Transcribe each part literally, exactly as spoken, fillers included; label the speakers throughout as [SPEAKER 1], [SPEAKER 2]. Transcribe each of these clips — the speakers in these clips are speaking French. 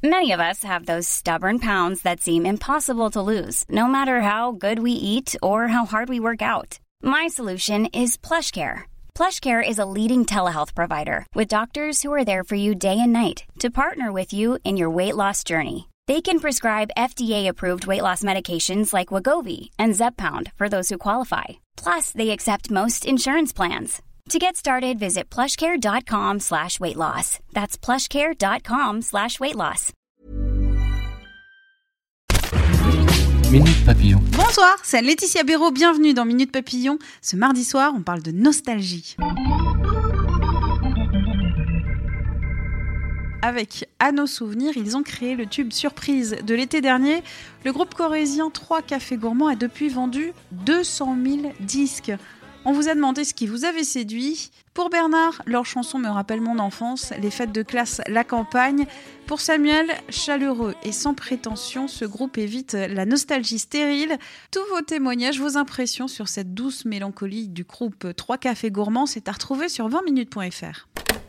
[SPEAKER 1] Many of us have those stubborn pounds that seem impossible to lose, no matter how good we eat or how hard we work out. My solution is PlushCare. PlushCare is a leading telehealth provider with doctors who are there for you day and night to partner with you in your weight loss journey. They can prescribe F D A-approved weight loss medications like Wegovy and Zepbound for those who qualify. Plus, they accept most insurance plans. To get started, visit plushcare.com slash weight loss. That's plushcare.com slash weight loss.
[SPEAKER 2] Minute Papillon.
[SPEAKER 3] Bonsoir, c'est Laetitia Béraud, bienvenue dans Minute Papillon. Ce mardi soir, on parle de nostalgie. Avec À nos souvenirs, ils ont créé le tube surprise de l'été dernier. Le groupe corrézien Trois Cafés Gourmands a depuis vendu deux cent mille disques. On vous a demandé ce qui vous avait séduit. Pour Bernard, leur chanson me rappelle mon enfance, les fêtes de classe, la campagne. Pour Samuel, chaleureux et sans prétention, ce groupe évite la nostalgie stérile. Tous vos témoignages, vos impressions sur cette douce mélancolie du groupe Trois Cafés Gourmands, c'est à retrouver sur vingt minutes point f r.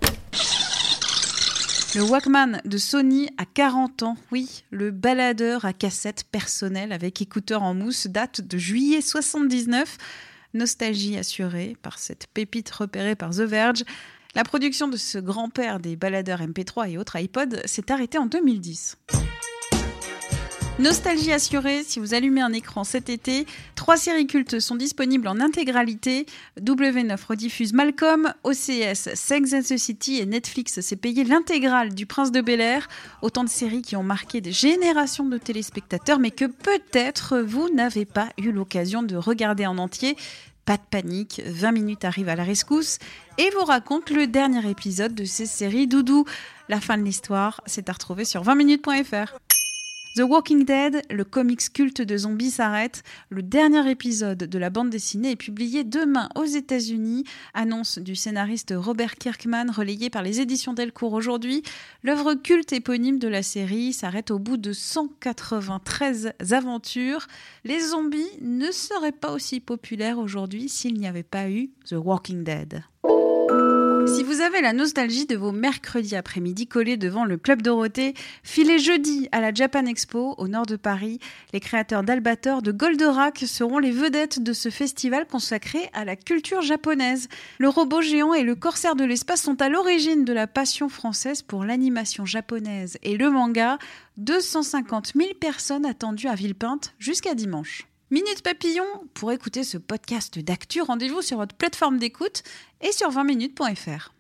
[SPEAKER 3] Le Walkman de Sony a quarante ans. Oui, le baladeur à cassette personnel avec écouteurs en mousse date de juillet soixante-dix-neuf. Nostalgie assurée par cette pépite repérée par The Verge. La production de ce grand-père des baladeurs M P trois et autres iPods s'est arrêtée en deux mille dix. Nostalgie assurée, si vous allumez un écran cet été, trois séries cultes sont disponibles en intégralité. W neuf rediffuse Malcolm, O C S, Sex and the City et Netflix s'est payé l'intégrale du Prince de Bel-Air. Autant de séries qui ont marqué des générations de téléspectateurs, mais que peut-être vous n'avez pas eu l'occasion de regarder en entier. Pas de panique, vingt minutes arrive à la rescousse et vous raconte le dernier épisode de ces séries doudou. La fin de l'histoire, c'est à retrouver sur vingt minutes point f r. The Walking Dead, le comics culte de zombies s'arrête. Le dernier épisode de la bande dessinée est publié demain aux États-Unis. Annonce du scénariste Robert Kirkman, relayée par les éditions Delcourt aujourd'hui. L'œuvre culte éponyme de la série s'arrête au bout de cent quatre-vingt-treize aventures. Les zombies ne seraient pas aussi populaires aujourd'hui s'il n'y avait pas eu The Walking Dead. Si vous avez la nostalgie de vos mercredis après-midi collés devant le Club Dorothée, filez jeudi à la Japan Expo au nord de Paris. Les créateurs d'Albator, de Goldorak seront les vedettes de ce festival consacré à la culture japonaise. Le robot géant et le corsaire de l'espace sont à l'origine de la passion française pour l'animation japonaise et le manga. deux cent cinquante mille personnes attendues à Villepinte jusqu'à dimanche. Minute Papillon, pour écouter ce podcast d'actu, rendez-vous sur votre plateforme d'écoute et sur vingt minutes point f r.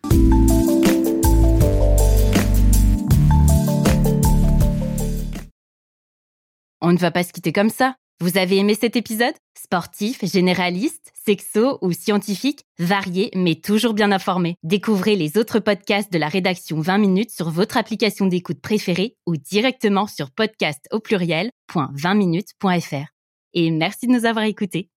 [SPEAKER 4] On ne va pas se quitter comme ça. Vous avez aimé cet épisode ? Sportif, généraliste, sexo ou scientifique, varié mais toujours bien informé. Découvrez les autres podcasts de la rédaction vingt minutes sur votre application d'écoute préférée ou directement sur podcast au pluriel point vingt minutes point f r. Et merci de nous avoir écoutés.